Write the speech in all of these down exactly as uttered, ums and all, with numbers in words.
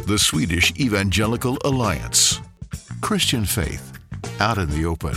the Swedish Evangelical Alliance. Christian faith out in the open.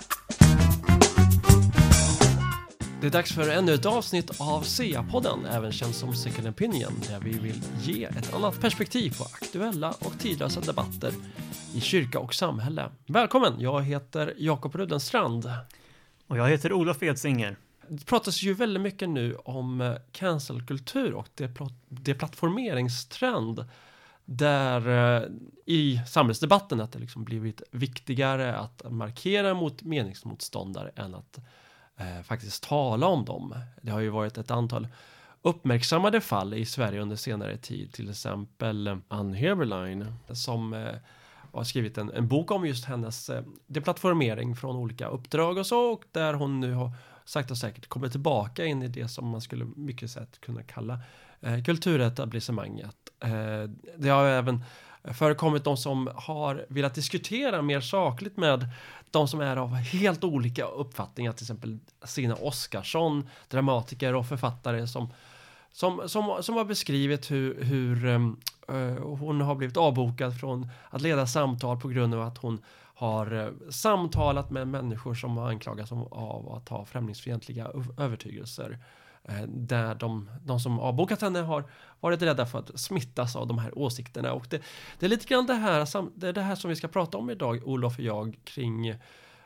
Det är dags för ännu ett avsnitt av S E A-podden, även känd som Second Opinion, där vi vill ge ett annat perspektiv på aktuella och tidlösa debatter i kyrka och samhälle. Välkommen, jag heter Jakob Rudenstrand. Och jag heter Olof Edsinger. Det pratas ju väldigt mycket nu om cancelkultur och deplattformeringstrend, där eh, i samhällsdebatten att det liksom blivit viktigare att markera mot meningsmotståndare än att eh, faktiskt tala om dem. Det har ju varit ett antal uppmärksammade fall i Sverige under senare tid, till exempel Ann Heberlein som eh, har skrivit en, en bok om just hennes eh, deplattformering från olika uppdrag och så, och där hon nu har sagt och säkert kommer tillbaka in i det som man skulle mycket sätt kunna kalla eh, kulturetablissemanget. Eh, det har även förekommit de som har velat diskutera mer sakligt med de som är av helt olika uppfattningar, till exempel Stina Oskarsson, dramatiker och författare som, som, som, som har beskrivit hur, hur um, uh, hon har blivit avbokad från att leda samtal på grund av att hon har uh, samtalat med människor som har anklagats av att ha främlingsfientliga övertygelser. Där de, de som avbokat henne har varit rädda för att smittas av de här åsikterna. Och det, det är lite grann det här, det är det här som vi ska prata om idag, Olof och jag, kring eh,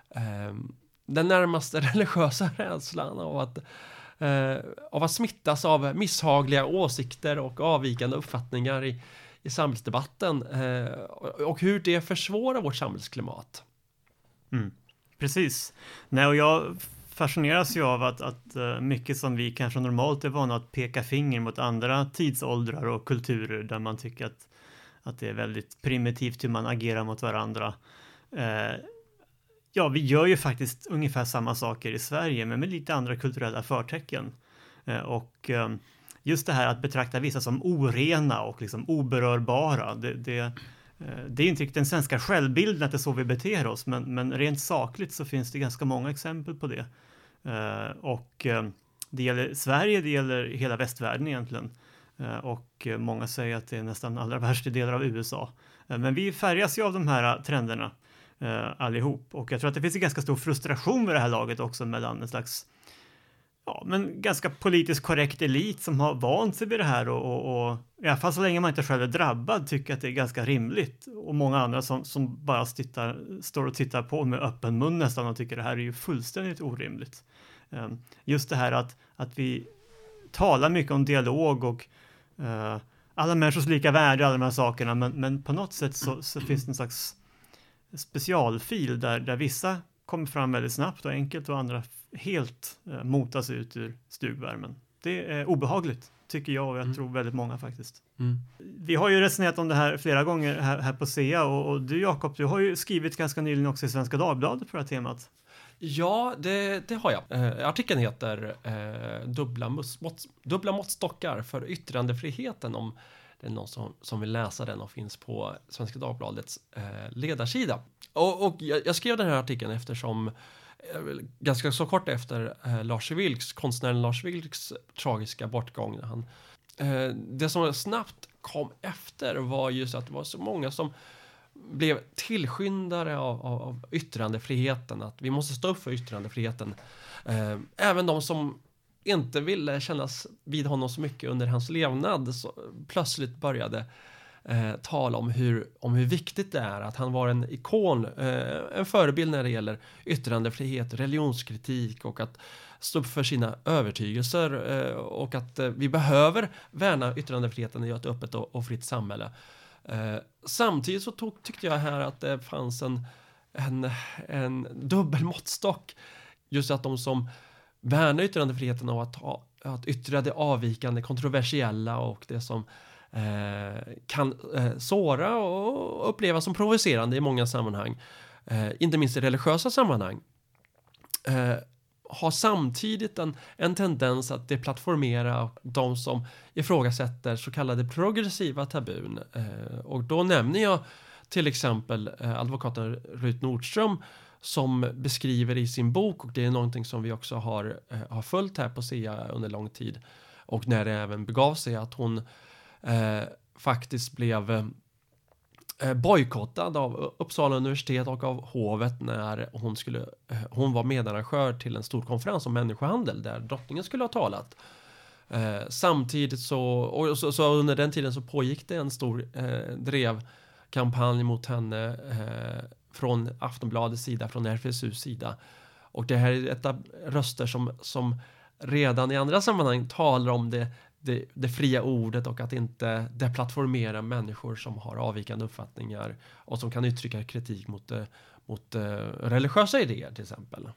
den närmaste religiösa rädslan av att, eh, av att smittas av misshagliga åsikter och avvikande uppfattningar i, i samhällsdebatten, eh, och hur det försvårar vårt samhällsklimat. Mm. Precis. Nej, och jag fascineras ju av att, att mycket som vi kanske normalt är vana att peka finger mot andra tidsåldrar och kulturer där man tycker att, att det är väldigt primitivt hur man agerar mot varandra. Eh, ja, vi gör ju faktiskt ungefär samma saker i Sverige, men med lite andra kulturella förtecken. Eh, och eh, just det här att betrakta vissa som orena och liksom oberörbara, det, det Det är inte riktigt den svenska självbilden att det är så vi beter oss, men, men rent sakligt så finns det ganska många exempel på det. Uh, och uh, det gäller Sverige, det gäller hela västvärlden egentligen. Uh, och uh, många säger att det är nästan allra värsta delar av U S A. Uh, men vi färgas ju av de här trenderna uh, allihop. Och jag tror att det finns en ganska stor frustration med det här laget också mellan en slags Ja, men ganska politiskt korrekt elit som har vant sig vid det här och, och, och i alla fall så länge man inte själv är drabbad tycker att det är ganska rimligt, och många andra som, som bara tittar, står och tittar på med öppen mun nästan och tycker det här är ju fullständigt orimligt. Um, just det här att, att vi talar mycket om dialog och uh, alla människors lika värde, alla de här sakerna, men, men på något sätt så, så finns det en slags specialfil där, där vissa kommer fram väldigt snabbt och enkelt och andra helt eh, motas ut ur stugvärmen. Det är obehagligt, tycker jag, och jag mm. tror väldigt många faktiskt. Mm. Vi har ju resonerat om det här flera gånger här, här på S E A, och, och du Jakob, du har ju skrivit ganska nyligen också i Svenska Dagbladet på det här temat. Ja, det, det har jag. Eh, artikeln heter eh, dubbla, mus, mått, dubbla måttstockar för yttrandefriheten, om det är någon som, som vill läsa den, och finns på Svenska Dagbladets eh, ledarsida. Och, och jag, jag skrev den här artikeln eftersom ganska så kort efter eh, Lars Vilks, konstnären Lars Vilks tragiska bortgång. Han, eh, det som snabbt kom efter var just att det var så många som blev tillskyndare av, av, av yttrandefriheten, att vi måste stå upp för yttrandefriheten. Eh, även de som inte ville kännas vid honom så mycket under hans levnad så plötsligt började Eh, tala om hur, om hur viktigt det är att han var en ikon, eh, en förebild när det gäller yttrandefrihet, religionskritik och att stå upp för sina övertygelser, eh, och att eh, vi behöver värna yttrandefriheten i ett öppet och, och fritt samhälle. Eh, samtidigt så tog, tyckte jag här att det fanns en, en, en dubbel måttstock, just att de som värnar yttrandefriheten och att, ha, att yttra det avvikande, kontroversiella och det som Eh, kan eh, såra och upplevas som provocerande i många sammanhang, eh, inte minst i religiösa sammanhang, eh, har samtidigt en, en tendens att deplattformera de som ifrågasätter så kallade progressiva tabun. Eh, och då nämner jag till exempel eh, advokaten Rut Nordström, som beskriver i sin bok, och det är någonting som vi också har, eh, har följt här på S E A under lång tid, och när det även begav sig att hon Eh, faktiskt blev eh, bojkottad av Uppsala universitet och av hovet när hon skulle eh, hon var medarrangör till en stor konferens om människohandel där drottningen skulle ha talat. Eh, samtidigt så, och så, så under den tiden så pågick det en stor eh, drevkampanj mot henne eh, från Aftonbladets sida, från R F S U:s sida. Och det här är ett av röster som, som redan i andra sammanhang talar om det, det, det fria ordet och att inte deplattformera människor som har avvikande uppfattningar och som kan uttrycka kritik mot, mot religiösa idéer till exempel.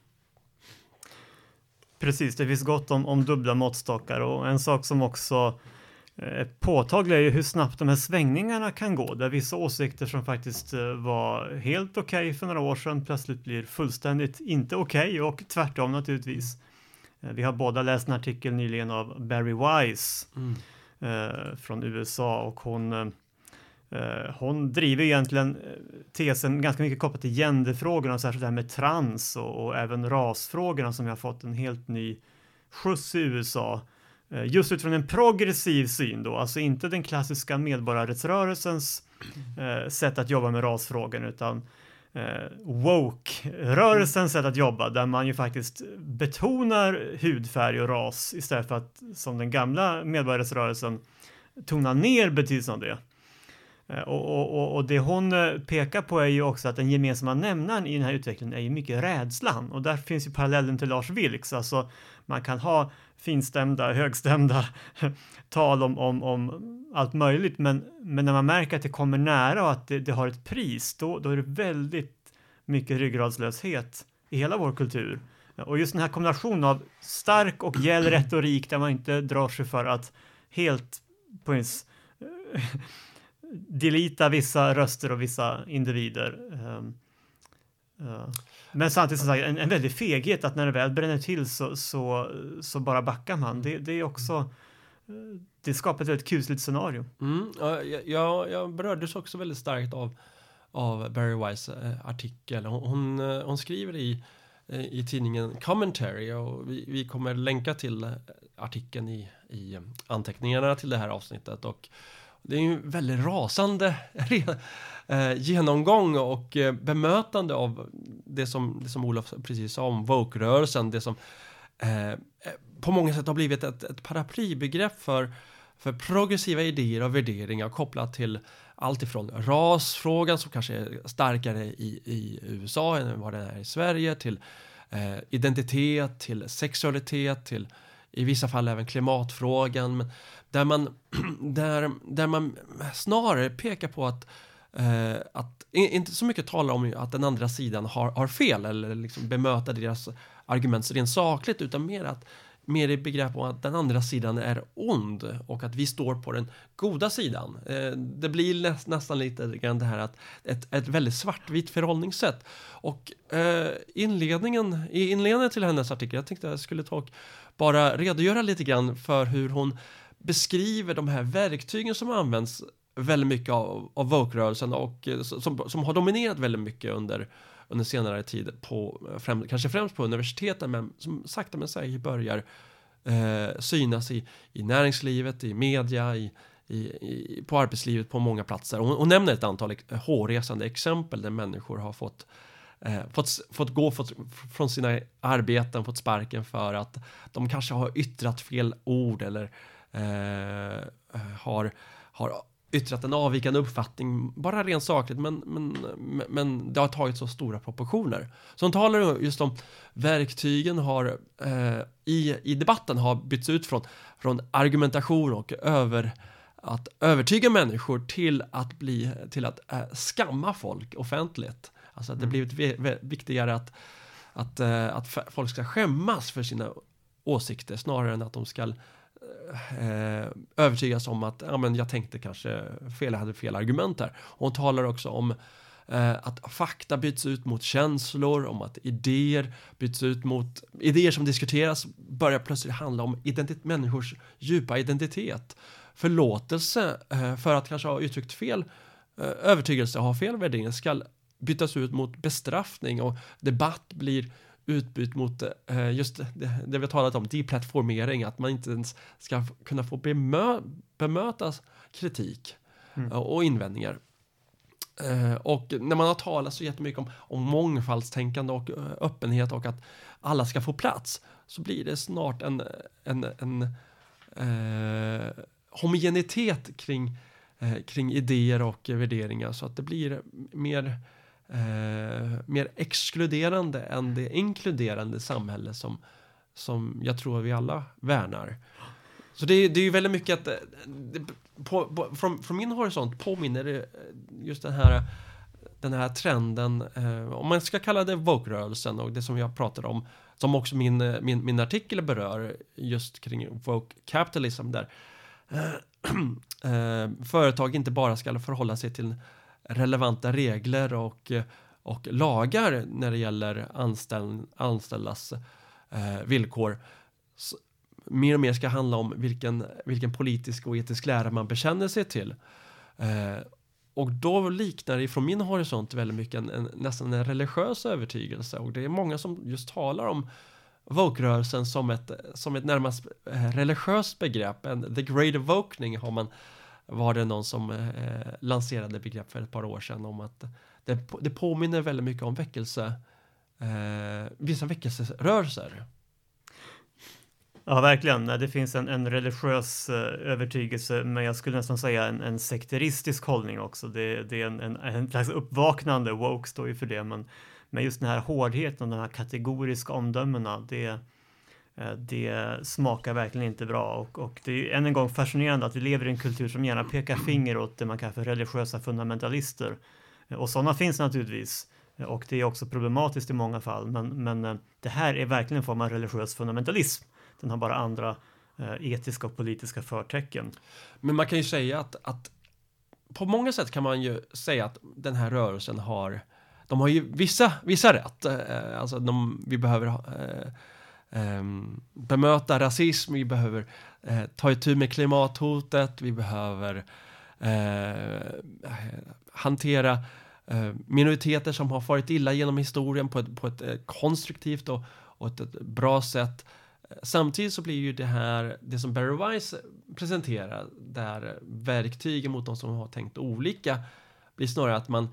Precis, det finns gott om, om dubbla måttstockar, och en sak som också är påtaglig är ju hur snabbt de här svängningarna kan gå, där vissa åsikter som faktiskt var helt okej okay för några år sedan plötsligt blir fullständigt inte okej okay, och tvärtom naturligtvis. Vi har båda läst en artikel nyligen av Barry Wise mm. eh, från U S A, och hon, eh, hon driver egentligen tesen ganska mycket kopplat till genderfrågorna, särskilt det här med trans och, och även rasfrågorna som har fått en helt ny skjuts i U S A. Eh, just utifrån en progressiv syn då, alltså inte den klassiska medborgarrättsrörelsens eh, sätt att jobba med rasfrågor, utan Uh, woke-rörelsens sätt att jobba, där man ju faktiskt betonar hudfärg och ras istället för att som den gamla medborgarrättsrörelsen tona ner betydelsen av det. Uh, och, och, och det hon pekar på är ju också att den gemensamma nämnaren i den här utvecklingen är ju mycket rädslan, och där finns ju parallellen till Lars Vilks. Alltså man kan ha finstämda, högstämda tal om, om, om allt möjligt, men, men när man märker att det kommer nära och att det, det har ett pris, då, då är det väldigt mycket ryggradslöshet i hela vår kultur. Och just den här kombinationen av stark och gäll retorik där man inte drar sig för att helt på ens delita vissa röster och vissa individer. Um, uh. Men samtidigt som sagt, en, en väldigt feghet att när det väl bränner till så, så, så bara backar man. Det, det är också, det skapar ett väldigt kusligt scenario. Mm, jag, jag berördes också väldigt starkt av, av Barry Wise äh, artikel. Hon, hon, hon skriver i, i tidningen Commentary, och vi, vi kommer länka till artikeln i, i anteckningarna till det här avsnittet, och det är ju väldigt rasande eh, genomgång och eh, bemötande av det som, det som Olof precis sa om woke-rörelsen, det som eh, på många sätt har blivit ett, ett paraplybegrepp för, för progressiva idéer och värderingar kopplat till allt ifrån rasfrågan som kanske är starkare i, i U S A än vad den är i Sverige, till eh, identitet, till sexualitet, till i vissa fall även klimatfrågan, men där man, där, där man snarare pekar på att, eh, att inte så mycket talar om att den andra sidan har, har fel eller liksom bemöta deras argument rent sakligt, utan mer att mer i begrepp om att den andra sidan är ond och att vi står på den goda sidan. Eh, det blir nä, nästan lite grann det här att ett, ett väldigt svartvitt förhållningssätt. Och eh, inledningen, i inledningen till hennes artikel, jag tänkte att jag skulle ta och bara redogöra lite grann för hur hon beskriver de här verktygen som används väldigt mycket av, av woke-rörelsen och som, som har dominerat väldigt mycket under, under senare tid på, främ, kanske främst på universiteten, men som sakta men säkert börjar eh, synas i, i näringslivet, i media, i, i, i, på arbetslivet på många platser. Hon, hon nämner ett antal hårresande exempel där människor har fått Eh, fått, fått gå fått, från sina arbeten, fått sparken för att de kanske har yttrat fel ord eller eh, har, har yttrat en avvikande uppfattning, bara rent sakligt, men, men, men det har tagit så stora proportioner. Så hon talar just om verktygen har eh, i, i debatten har bytts ut från, från argumentation och över att övertyga människor till att bli till att eh, skamma folk offentligt. Alltså att det blivit v- viktigare att, att, uh, att f- folk ska skämmas för sina åsikter snarare än att de ska uh, övertygas om att ja, men jag tänkte kanske fel, jag hade fel argument här. Och hon talar också om uh, att fakta byts ut mot känslor, om att idéer byts ut mot idéer som diskuteras börjar plötsligt handla om identitet, människors djupa identitet. Förlåtelse uh, för att kanske ha uttryckt fel uh, övertygelse, ha fel värdering ska bytas ut mot bestraffning, och debatt blir utbytt mot eh, just det, det vi har talat om, deplattformering, att man inte ens ska kunna få bemö- bemötas kritik mm. och invändningar. Eh, och när man har talat så jättemycket om, om mångfaldstänkande och uh, öppenhet och att alla ska få plats, så blir det snart en, en, en eh, homogenitet kring, eh, kring idéer och värderingar, så att det blir mer, eh, mer exkluderande än det inkluderande samhälle som, som jag tror vi alla värnar. Så det, det är ju väldigt mycket att det, på, på, från, från min horisont påminner det just den här, den här trenden, eh, om man ska kalla det woke-rörelsen, och det som jag pratade om, som också min, min, min artikel berör, just kring woke capitalism, där eh, företag inte bara ska förhålla sig till relevanta regler och, och lagar när det gäller anställ, anställdas eh, villkor. Så, mer och mer ska handla om vilken, vilken politisk och etisk lära man bekänner sig till. Eh, och då liknar det från min horisont väldigt mycket en, en, nästan en religiös övertygelse. Och det är många som just talar om woke-rörelsen som ett, som ett närmast eh, religiöst begrepp. En, the great awakening har man, var det någon som eh, lanserade begrepp för ett par år sedan, om att det, det påminner väldigt mycket om väckelse, eh, vissa väckelserörelser. Ja, verkligen. Det finns en, en religiös uh, övertygelse, men jag skulle nästan säga en, en sekteristisk hållning också. Det, det är en, en, en slags uppvaknande, woke står ju för det, men, men just den här hårdheten och de här kategoriska omdömena, det, uh, det smakar verkligen inte bra. Och, och det är än en gång fascinerande att vi lever i en kultur som gärna pekar finger åt det man kallar för religiösa fundamentalister. Uh, och sådana finns naturligtvis. Och det är också problematiskt i många fall, men, men uh, det här är verkligen en form av religiös fundamentalism. Den har bara andra eh, etiska och politiska förtecken. Men man kan ju säga att, att på många sätt kan man ju säga att den här rörelsen har, de har ju vissa, vissa rätt. Eh, alltså de, vi behöver eh, eh, bemöta rasism, vi behöver eh, ta itu med klimathotet, vi behöver eh, hantera eh, minoriteter som har farit illa genom historien på ett, på ett eh, konstruktivt och, och ett, ett bra sätt. Samtidigt så blir ju det här, det som Barry Weiss presenterar, där verktygen mot de som har tänkt olika, blir snarare att man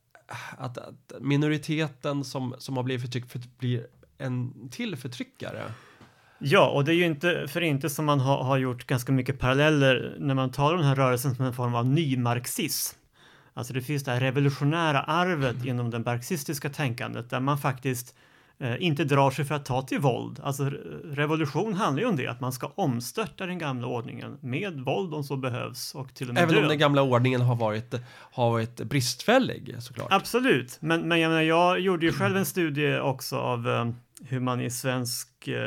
att, att minoriteten som, som har blivit förtryckt för, blir en till förtryckare. Ja, och det är ju inte för inte som man har, har gjort ganska mycket paralleller när man talar om den här rörelsen som en form av nymarxism. Alltså det finns det här revolutionära arvet mm. inom det marxistiska tänkandet, där man faktiskt inte drar sig för att ta till våld. Alltså revolution handlar ju om det, att man ska omstörta den gamla ordningen med våld om så behövs, och till och med även död. Om den gamla ordningen har varit, har varit bristfällig, såklart. Absolut, men, men jag, menar, jag gjorde ju själv en studie också av um, hur man i svensk uh,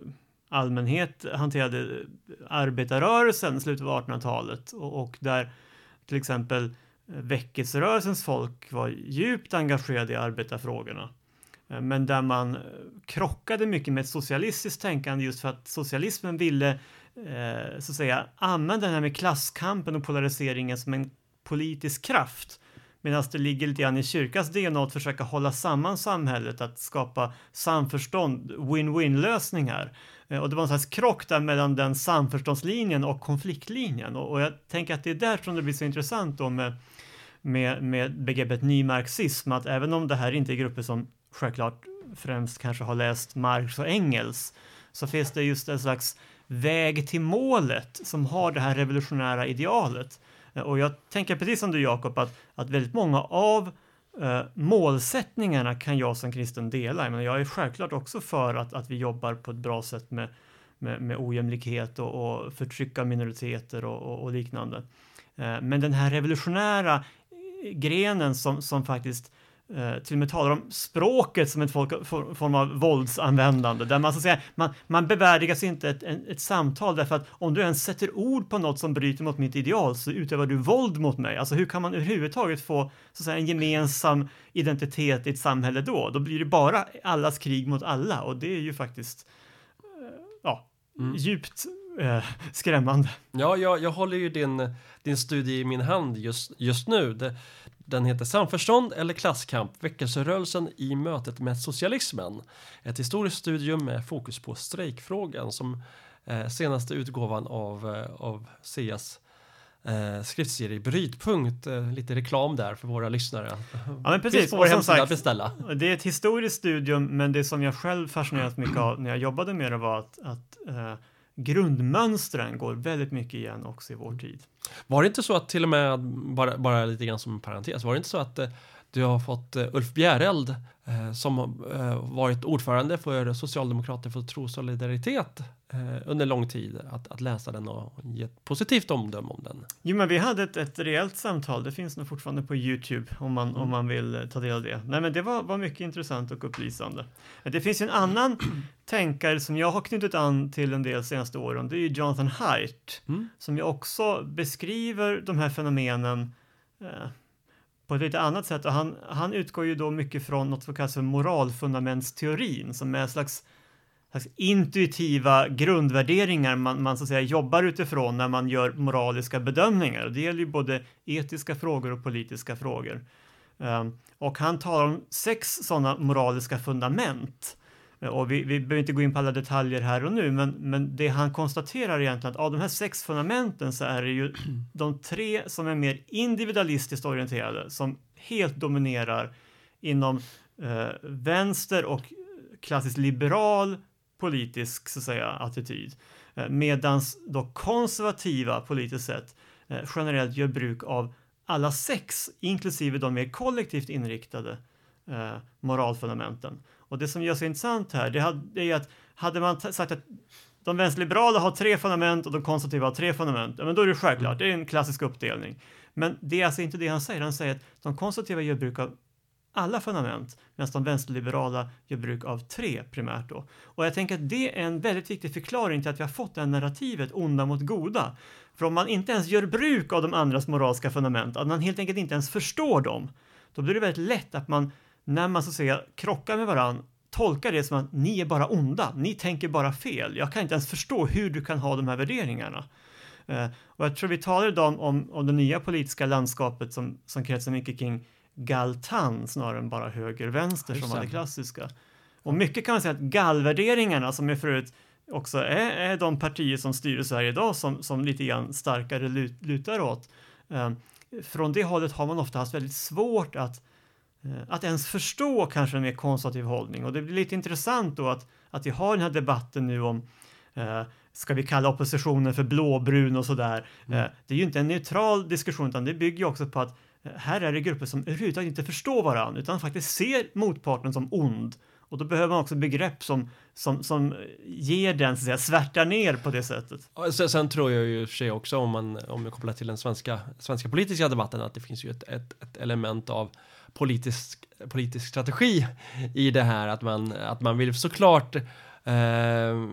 allmänhet hanterade arbetarrörelsen i slutet av artonhundratalet, och, och där till exempel väckelserörelsens folk var djupt engagerade i arbetarfrågorna. Men där man krockade mycket med ett socialistiskt tänkande, just för att socialismen ville eh, så att säga använda den här med klasskampen och polariseringen som en politisk kraft. Medan det ligger lite grann i kyrkans D N A att försöka hålla samman samhället, att skapa samförstånd, win-win-lösningar. Eh, och det var en slags krock där mellan den samförståndslinjen och konfliktlinjen. Och, och jag tänker att det är där som det blir så intressant då med, med, med begreppet nymarxism, att även om det här inte är grupper som självklart främst kanske har läst Marx och Engels, så finns det just en slags väg till målet som har det här revolutionära idealet. Och jag tänker precis som du, Jakob, att, att väldigt många av eh, målsättningarna kan jag som kristen dela. Men jag är självklart också för att, att vi jobbar på ett bra sätt med, med, med ojämlikhet och, och förtryck av minoriteter och, och, och liknande. Eh, men den här revolutionära grenen som, som faktiskt Uh, till och med talar om språket som en folk, for, form av våldsanvändande, där man så att säga, man, man bevärdigas inte ett, ett, ett samtal, därför att om du ens sätter ord på något som bryter mot mitt ideal, så utövar du våld mot mig. Alltså hur kan man överhuvudtaget få så att säga, en gemensam identitet i ett samhälle då? Då blir det bara allas krig mot alla, och det är ju faktiskt uh, ja, mm. djupt uh, skrämmande. Ja, jag, jag håller ju din, din studie i min hand just, just nu. Det, Den heter Samförstånd eller klasskamp, väckelserörelsen i mötet med socialismen. Ett historiskt studium med fokus på strejkfrågan, som eh, senaste utgåvan av, eh, av C S eh, skriftserie Brytpunkt. Eh, lite reklam där för våra lyssnare. Ja, men precis. Finns på vår Och som hemsida sagt, att beställa. Det är ett historiskt studium, men det som jag själv fascinerats mycket av när jag jobbade med det var att, att eh, grundmönstren går väldigt mycket igen också i vår tid. Var det inte så att till och med, bara, bara lite grann som en parentes, var det inte så att eh, du har fått eh, Ulf Bjäreld eh, som eh, varit ordförande för Socialdemokrater för tro och solidaritet eh, under lång tid att, att läsa den och ge ett positivt omdöme om den? Jo, men vi hade ett, ett rejält samtal. Det finns nog fortfarande på YouTube om man, mm. om man vill ta del av det. Nej, men det var, var mycket intressant och upplysande. Det finns en annan tänkare som jag har knutit an till en del senaste åren. Det är ju Jonathan Haidt mm. som ju också beskriver de här fenomenen eh, på ett lite annat sätt. Och han, han utgår ju då mycket från något som kallas för moralfundamentsteorin, som är en slags, slags intuitiva grundvärderingar man, man så att säga jobbar utifrån när man gör moraliska bedömningar. Och det gäller ju både etiska frågor och politiska frågor. Um, och han talar om sex sådana moraliska fundament. Och vi, vi behöver inte gå in på alla detaljer här och nu, men, men det han konstaterar egentligen att av de här sex fundamenten så är det ju de tre som är mer individualistiskt orienterade som helt dominerar inom eh, vänster och klassiskt liberal politisk så att säga attityd. Eh, medans då konservativa politiskt sett eh, generellt gör bruk av alla sex, inklusive de mer kollektivt inriktade eh, moralfundamenten. Och det som gör så intressant här, det, hade, det är att hade man t- sagt att de vänsterliberala har tre fundament och de konservativa har tre fundament, ja, men då är det självklart, det är en klassisk uppdelning. Men det är alltså inte det han säger. Han säger att de konservativa gör bruk av alla fundament, medan de vänsterliberala gör bruk av tre primärt då. Och jag tänker att det är en väldigt viktig förklaring till att vi har fått det här narrativet onda mot goda. För om man inte ens gör bruk av de andras moraliska fundament, att man helt enkelt inte ens förstår dem, då blir det väldigt lätt att man, när man så att säga krockar med varann, tolkar det som att ni är bara onda, ni tänker bara fel. Jag kan inte ens förstå hur du kan ha de här värderingarna. Uh, och jag tror vi talar idag om, om, om det nya politiska landskapet som, som kretsar mycket kring Galtan snarare än bara höger-vänster som var det klassiska. Och mycket kan man säga att gallvärderingarna som är förut också är, är de partier som styr Sverige idag som, som lite grann starkare lut, lutar åt. Uh, från det hållet har man ofta haft väldigt svårt att att ens förstå kanske en mer konservativ hållning. Och det blir lite intressant då att, att vi har den här debatten nu om eh, ska vi kalla oppositionen för blåbrun och sådär. Mm. Eh, det är ju inte en neutral diskussion, utan det bygger ju också på att eh, här är det grupper som överhuvudtaget inte förstår varandra utan faktiskt ser motparten som ond. Och då behöver man också begrepp som, som, som ger den så att säga, svärtar ner på det sättet. Sen, sen tror jag ju för sig också om man om jag kopplar till den svenska, svenska politiska debatten att det finns ju ett, ett, ett element av politisk, politisk strategi i det här att man, att man vill såklart eh,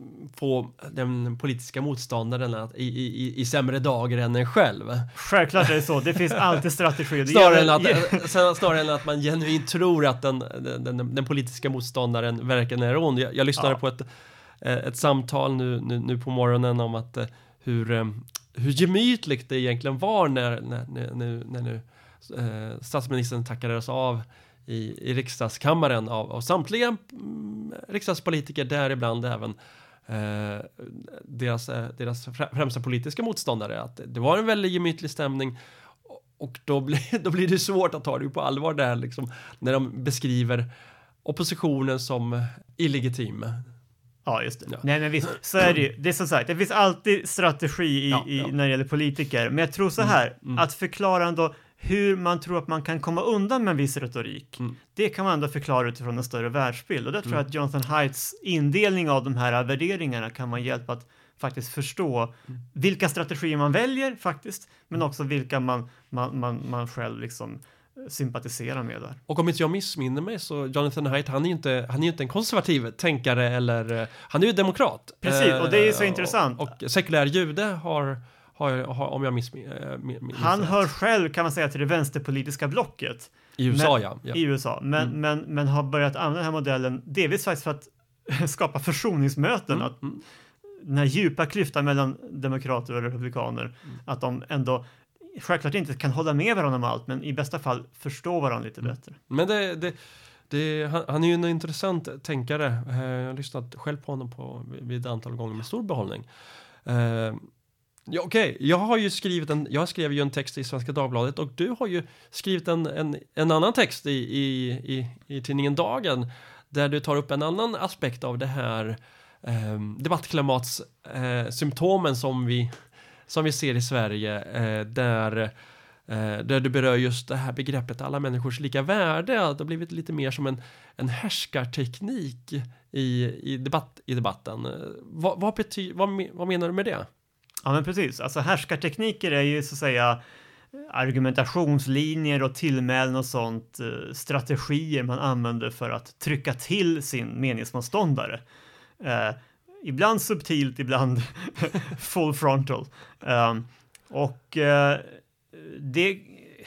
få den politiska motståndaren att, i, i, i sämre dagar än en själv. Självklart är det så, det finns alltid strategier. Snarare, än att, snarare än att man genuint tror att den, den, den, den politiska motståndaren verkligen är ond. Jag, jag lyssnade ja. på ett, ett samtal nu, nu, nu på morgonen om att hur, hur gemytligt det egentligen var när, när, när, när, när nu Eh, statsministern tackades av i, i riksdagskammaren av, av samtliga mm, riksdagspolitiker, däribland även eh, deras, eh, deras främsta politiska motståndare. Att det var en väldigt gemytlig stämning och då blir, då blir det svårt att ta det på allvar där liksom, när de beskriver oppositionen som illegitim. Ja, just det. Ja. Nej, men visst, så är det ju. Det är som sagt, det finns alltid strategi i, ja, ja. i, när det gäller politiker. Men jag tror så här, mm, mm. att förklara ändå hur man tror att man kan komma undan med en viss retorik. Mm. Det kan man ändå förklara utifrån en större världsbild. Och det tror jag mm. att Jonathan Haidts indelning av de här värderingarna kan man hjälpa att faktiskt förstå mm. vilka strategier man väljer faktiskt, men också vilka man, man, man, man själv liksom sympatiserar med där. Och om inte jag missminner mig så Jonathan Haidt, han är ju inte, han är ju inte en konservativ tänkare eller, han är ju demokrat. Precis, och det är ju så eh, intressant. Och, och sekulär jude har Har, har, om jag missminner mig. Han hör själv, kan man säga, till det vänsterpolitiska blocket. I U S A, men, ja. ja. I U S A, men, mm. men, men har börjat använda den här modellen delvis faktiskt för att skapa försoningsmöten. Mm. Att mm. den här djupa klyftan mellan demokrater och republikaner, mm. att de ändå självklart inte kan hålla med varandra om allt, men i bästa fall förstå varandra lite mm. bättre. Men det, det, det, han, han är ju en intressant tänkare. Jag har lyssnat själv på honom på, vid ett antal gånger med stor behållning. Uh, Ja, okej. Okay. Jag har ju skrivit en, jag skrev ju en text i Svenska Dagbladet och du har ju skrivit en, en, en annan text i, i, i, i tidningen Dagen där du tar upp en annan aspekt av det här eh, debattklimatssymptomen eh, som vi som vi ser i Sverige eh, där, eh, där du berör just det här begreppet alla människors lika värde. Det har blivit lite mer som en, en härskarteknik i, i, debatt, i debatten. Vad, vad, bety, vad, vad menar du med det? Ja, men precis. Alltså härskartekniker är ju så att säga argumentationslinjer och tillmälen och sånt, strategier man använder för att trycka till sin meningsmotståndare. Eh, ibland subtilt, ibland full frontal. Um, och uh, det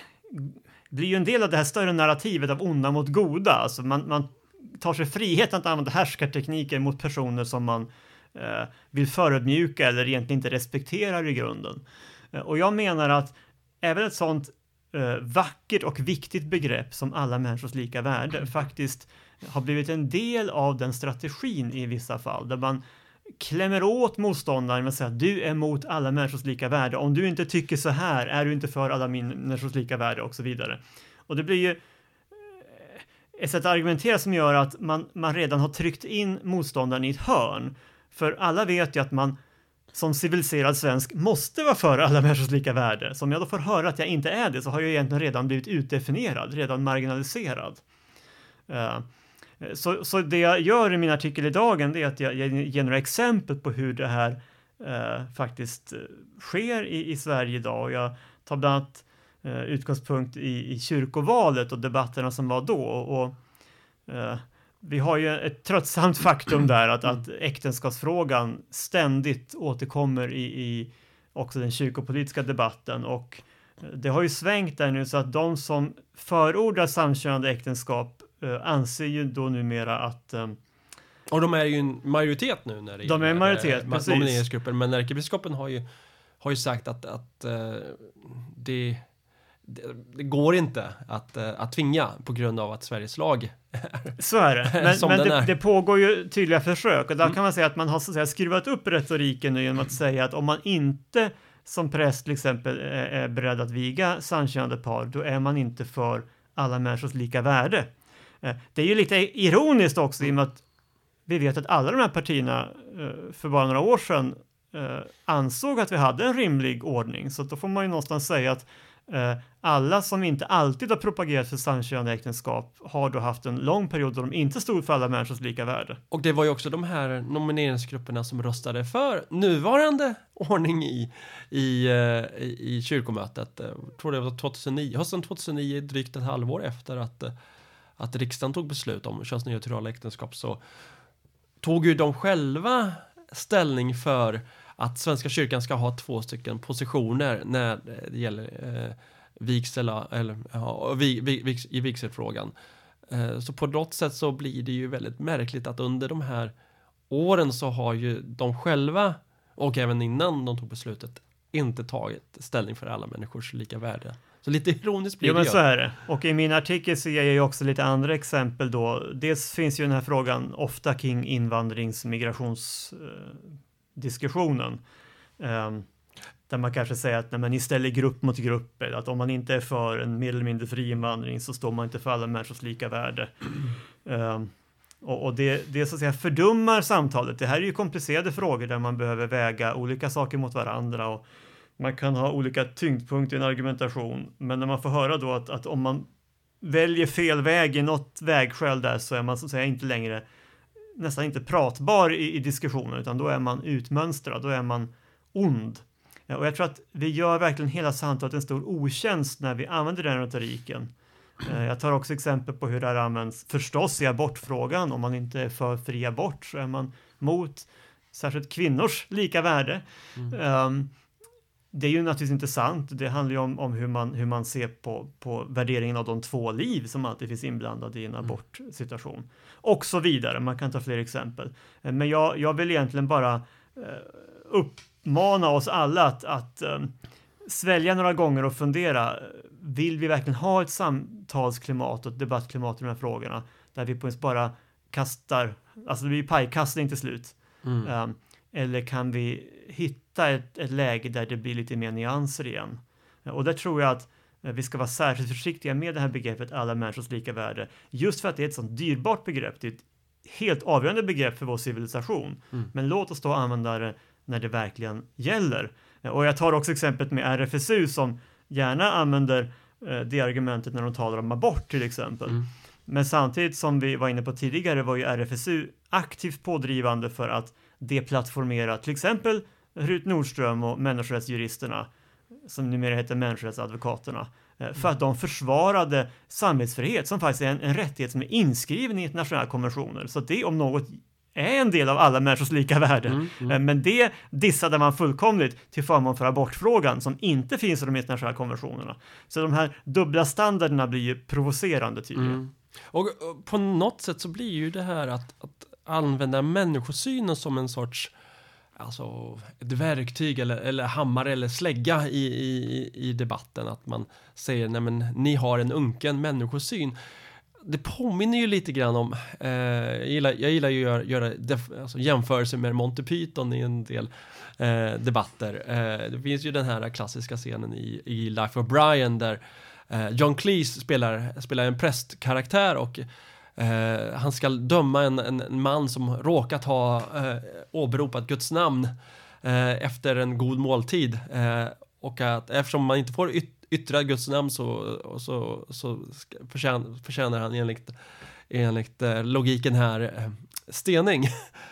blir ju en del av det här större narrativet av onda mot goda. Alltså man, man tar sig friheten att använda härskartekniker mot personer som man uh, vill förödmjuka eller egentligen inte respekterar i grunden. Uh, och jag menar att även ett sånt uh, vackert och viktigt begrepp som alla människors lika värde faktiskt har blivit en del av den strategin i vissa fall, där man klämmer åt motståndaren med att säga att du är emot alla människors lika värde. Om du inte tycker så här är du inte för alla människors lika värde och så vidare. Och det blir ju ett sätt att argumentera som gör att man, man redan har tryckt in motståndaren i ett hörn. För alla vet ju att man som civiliserad svensk måste vara för alla människors lika värde. Så om jag då får höra att jag inte är det så har jag egentligen redan blivit utdefinierad, redan marginaliserad. Uh, Så, så det jag gör i min artikel i Dagen är att jag, jag ger några exempel på hur det här eh, faktiskt sker i, i Sverige idag. Jag tar bland annat eh, utgångspunkt i, i kyrkovalet och debatterna som var då. Och, och eh, vi har ju ett tröttsamt faktum där att, att äktenskapsfrågan ständigt återkommer i, i också den kyrkopolitiska debatten. Och det har ju svängt där nu så att de som förordar samkönade äktenskap Uh, anser ju då numera att... Um, och de är ju en majoritet nu när det de är en majoritet, äh, precis. Nomineringsgruppen, men ärkebiskopen har ju, har ju sagt att, att uh, det, det, det går inte att, uh, att tvinga på grund av att Sveriges lag så är det. Men, men det, är. det pågår ju tydliga försök och där mm. kan man säga att man har så att säga skruvat upp retoriken nu genom att säga att om man inte som präst till exempel är, är beredd att viga samkönade par, då är man inte för alla människors lika värde. Det är ju lite ironiskt också i och med att vi vet att alla de här partierna för bara några år sedan ansåg att vi hade en rimlig ordning. Så då får man ju någonstans säga att alla som inte alltid har propagerat för samkönade äktenskap har då haft en lång period då de inte stod för alla människors lika värde. Och det var ju också de här nomineringsgrupperna som röstade för nuvarande ordning i, i, i, i kyrkomötet. Jag tror det var tjugohundranio, hösten tjugohundranio, drygt ett halvår efter att att riksdagen tog beslut om könsneutrala äktenskap, så tog ju de själva ställning för att Svenska kyrkan ska ha två stycken positioner när det gäller eh, vigsel eller ja, vi, vi, vi, i vigselfrågan. Eh, så på något sätt så blir det ju väldigt märkligt att under de här åren så har ju de själva, och även innan de tog beslutet, inte tagit ställning för alla människors lika värde. Så lite ironiskt blir jo, det. Jo, men så är det. Och i min artikel så ger jag ju också lite andra exempel då. Dels finns ju den här frågan ofta kring invandrings- och migrationsdiskussionen. Eh, um, där man kanske säger att när man istället grupp mot grupp, eller att om man inte är för en mer eller mindre fri invandring så står man inte för alla människors lika värde. Um, och och det, det så att säga fördummar samtalet. Det här är ju komplicerade frågor där man behöver väga olika saker mot varandra och man kan ha olika tyngdpunkter i en argumentation, men när man får höra då att, att om man väljer fel väg i något vägskäl där så är man så att säga inte längre nästan inte pratbar i, i diskussionen, utan då är man utmönstrad, då är man ond. Ja, och jag tror att vi gör verkligen hela samtalet en stor otjänst när vi använder den retoriken. Eh, jag tar också exempel på hur det här används förstås i abortfrågan. Om man inte är för fri abort så är man mot särskilt kvinnors lika värde. Mm. Um, Det är ju naturligtvis inte sant. Det handlar ju om, om hur, man, hur man ser på, på värderingen av de två liv som alltid finns inblandade i en abortsituation. Och så vidare. Man kan ta fler exempel. Men jag, jag vill egentligen bara eh, uppmana oss alla att, att eh, svälja några gånger och fundera. Vill vi verkligen ha ett samtalsklimat och ett debattklimat i de här frågorna där vi på ens bara kastar, alltså det blir pajkastning till slut. Mm. Um, eller kan vi hitta hitta ett, ett läge där det blir lite mer nyanser igen. Och där tror jag att vi ska vara särskilt försiktiga med det här begreppet alla människors lika värde. Just för att det är ett sånt dyrbart begrepp. Det är ett helt avgörande begrepp för vår civilisation. Mm. Men låt oss då använda det när det verkligen gäller. Och jag tar också exemplet med R F S U som gärna använder det argumentet när de talar om abort till exempel. Mm. Men samtidigt som vi var inne på tidigare var ju R F S U aktivt pådrivande för att deplattformera till exempel Rut Nordström och människorättsjuristerna som numera heter människorättsadvokaterna, för att de försvarade samvetsfrihet som faktiskt är en, en rättighet som är inskriven i internationella konventioner. Så det om något är en del av alla människors lika värde. Mm, mm. Men det dissade man fullkomligt till förmån för abortfrågan som inte finns i de internationella konventionerna. Så de här dubbla standarderna blir ju provocerande tydligen. Mm. Och, och på något sätt så blir ju det här att, att använda människosynen som en sorts alltså ett verktyg eller, eller hammare eller slägga i, i, i debatten. Att man säger, nej men ni har en unken människosyn. Det påminner ju lite grann om, eh, jag, gillar, jag gillar ju att göra, göra def, alltså jämförelser med Monty Python i en del eh, debatter. Eh, det finns ju den här klassiska scenen i, i Life of Brian där eh, John Cleese spelar, spelar en prästkaraktär och Uh, han ska döma en, en, en man som råkat ha uh, åberopat Guds namn uh, efter en god måltid. Uh, och att eftersom man inte får yt- yttra Guds namn så, så, så förtjän- förtjänar han enligt, enligt uh, logiken här uh, stening.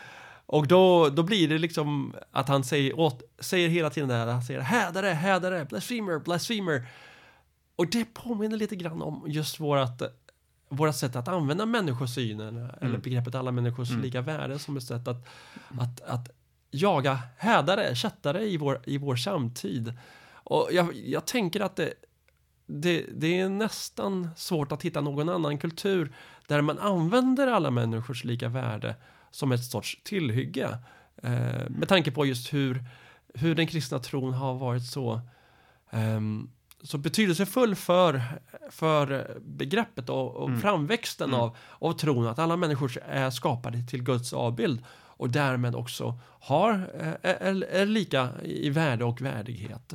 Och då, då blir det liksom att han säger, åt, säger hela tiden det här, han säger hädare, hädare, blasphemer, blasphemer. Och det påminner lite grann om just vårat våra sätt att använda människosynen mm. eller begreppet alla människors mm. lika värde som ett sätt att, mm. att, att jaga hädare, kättare i vår, i vår samtid. Och jag, jag tänker att det, det, det är nästan svårt att hitta någon annan kultur där man använder alla människors lika värde som ett sorts tillhygge. Eh, med tanke på just hur, hur den kristna tron har varit så um, så betydelsefull för, för begreppet och, och mm. framväxten mm. av, av tron att alla människor är skapade till Guds avbild och därmed också har, är, är lika i värde och värdighet.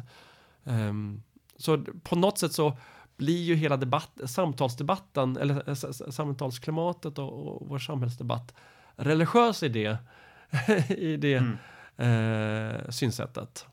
Um, så på något sätt så blir ju hela debatt, samtalsdebatten eller samtalsklimatet och, och vår samhällsdebatt religiös i det, i det mm. eh, synsättet.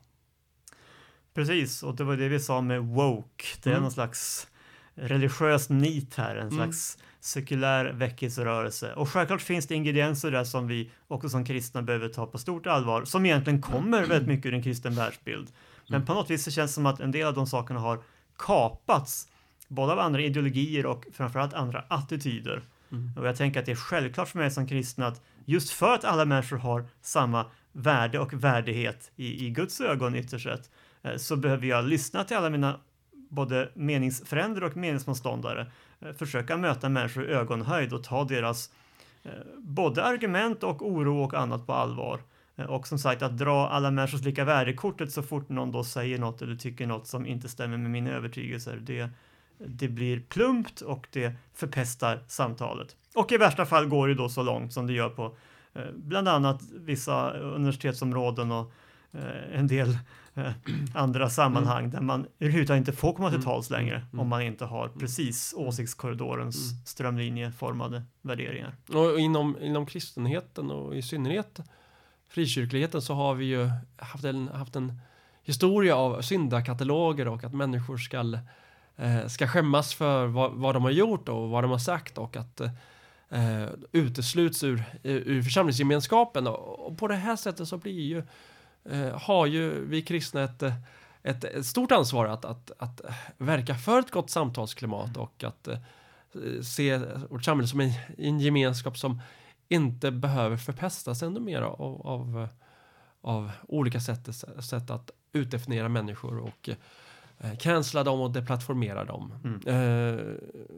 Precis, och det var det vi sa med woke. Det är mm. någon slags religiös nit här, en mm. slags sekulär väckelserörelse. Och självklart finns det ingredienser där som vi också som kristna behöver ta på stort allvar, som egentligen kommer mm. väldigt mycket ur en kristen världsbild. Men mm. på något vis så känns det som att en del av de sakerna har kapats, både av andra ideologier och framförallt andra attityder. Mm. Och jag tänker att det är självklart för mig som kristen att just för att alla människor har samma värde och värdighet i, i Guds ögon ytterst sett, så behöver jag lyssna till alla mina både meningsfränder och meningsmotståndare, försöka möta människor i ögonhöjd och ta deras både argument och oro och annat på allvar. Och som sagt, att dra alla människors lika värdekortet så fort någon då säger något eller tycker något som inte stämmer med mina övertygelser, det, det blir plumpt och det förpestar samtalet. Och i värsta fall går det då så långt som det gör på bland annat vissa universitetsområden och en del eh, andra sammanhang mm. där man överhuvudtaget inte får komma till tals längre mm. om man inte har precis åsiktskorridorens mm. strömlinjeformade värderingar. Och inom, inom kristenheten och i synnerhet frikyrkligheten så har vi ju haft en, haft en historia av syndakataloger och att människor ska, eh, ska skämmas för vad, vad de har gjort och vad de har sagt och att eh, utesluts ur, ur församlingsgemenskapen. Och, och på det här sättet så blir ju Uh, har ju vi kristna ett, ett, ett stort ansvar att, att, att verka för ett gott samtalsklimat och att uh, se vårt samhälle som en, en gemenskap som inte behöver förpestas ännu mer av, av, av olika sätt, sätt att utdefiniera människor och uh, cancella dem och deplattformera dem. Mm. Uh,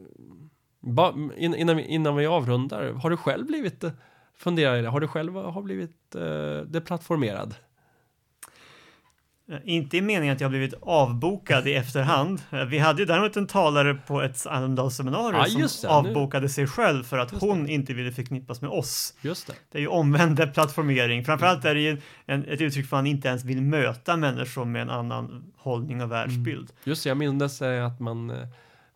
ba, innan, innan vi avrundar, har du själv blivit funderade, har du själv har blivit uh, deplattformerad? Inte i meningen att jag har blivit avbokad i efterhand. Vi hade ju däremot en talare på ett Almedalsseminarium ja, som avbokade nu. sig själv för att just hon det. inte ville förknippas med oss. Just det. Det är ju omvänd plattformering. Framförallt är det ju en, ett uttryck för att man inte ens vill möta människor med en annan hållning och världsbild. Mm. Just det, jag minns att man äh,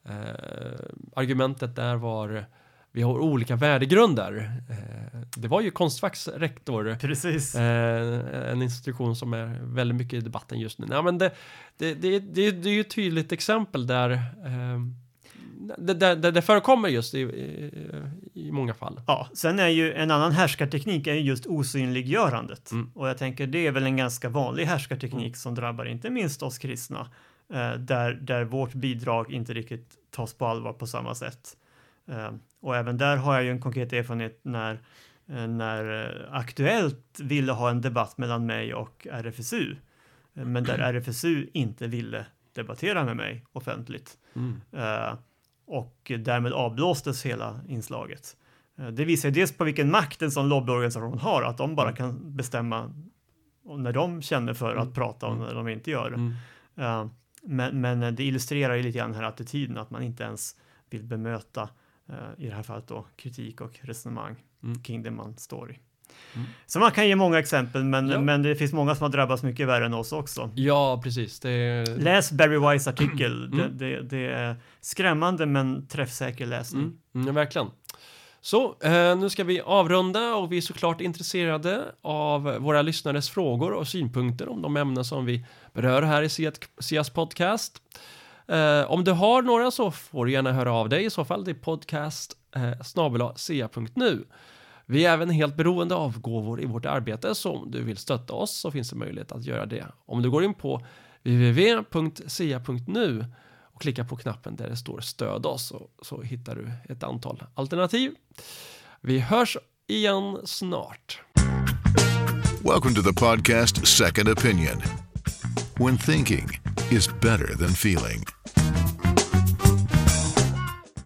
argumentet där var vi har olika värdegrunder. Eh, det var ju Konstfacks rektor. Precis. Eh, en institution som är väldigt mycket i debatten just nu. Ja, men det, det, det, det, det är ju ett tydligt exempel där, eh, där, där det förekommer just i, i, i många fall. Ja, sen är ju en annan härskarteknik är just osynliggörandet. Mm. Och jag tänker det är väl en ganska vanlig härskarteknik mm. som drabbar inte minst oss kristna. Eh, där, där vårt bidrag inte riktigt tas på allvar på samma sätt. Uh, och även där har jag ju en konkret erfarenhet när, uh, när uh, Aktuellt ville ha en debatt mellan mig och R F S U. Uh, men där R F S U inte ville debattera med mig offentligt. Mm. Uh, och därmed avblåstes hela inslaget. Uh, det visar ju dels på vilken makt en sån lobbyorganisation har. Att de bara kan bestämma när de känner för att mm. prata och när de inte gör det. Mm. Uh, men, men det illustrerar ju lite grann den här attityden att man inte ens vill bemöta i det här fallet då kritik och resonemang mm. kring det man står i. Mm. Så man kan ge många exempel, men, ja. men det finns många som har drabbats mycket värre än oss också. Ja, precis. Det... Läs Barry Weiss artikel. Mm. Det, det, det är skrämmande men träffsäker läsning. Mm. Mm, ja, verkligen. Så, eh, nu ska vi avrunda och vi är såklart intresserade av våra lyssnares frågor och synpunkter om de ämnen som vi berör här i C I A S podcast. Uh, om du har några så får du gärna höra av dig i så fall till podcast uh, snabel-a c a punkt n u. Vi är även helt beroende av gåvor i vårt arbete, så om du vill stötta oss så finns det möjlighet att göra det. Om du går in på w w w punkt c a punkt n u och klickar på knappen där det står stöd oss så, så hittar du ett antal alternativ. Vi hörs igen snart. Welcome to the podcast Second Opinion. When thinking is better than feeling.